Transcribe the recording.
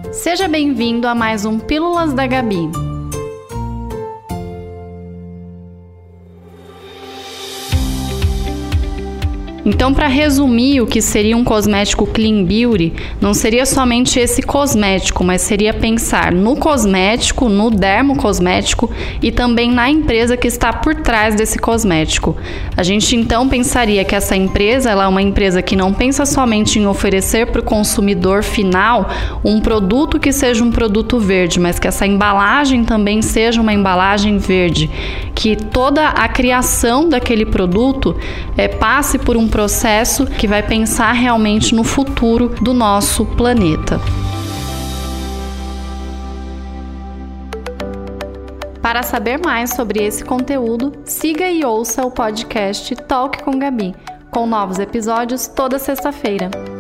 Seja bem-vindo a mais um Pílulas da Gabi. Então, para resumir o que seria um cosmético Clean Beauty, não seria somente esse cosmético, mas seria pensar no cosmético, no dermocosmético e também na empresa que está por trás desse cosmético. A gente então pensaria que essa empresa ela é uma empresa que não pensa somente em oferecer para o consumidor final um produto que seja um produto verde, mas que essa embalagem também seja uma embalagem verde, que toda a criação daquele produto passe por um processo que vai pensar realmente no futuro do nosso planeta. Para saber mais sobre esse conteúdo, siga e ouça o podcast Talk com Gabi, com novos episódios toda sexta-feira.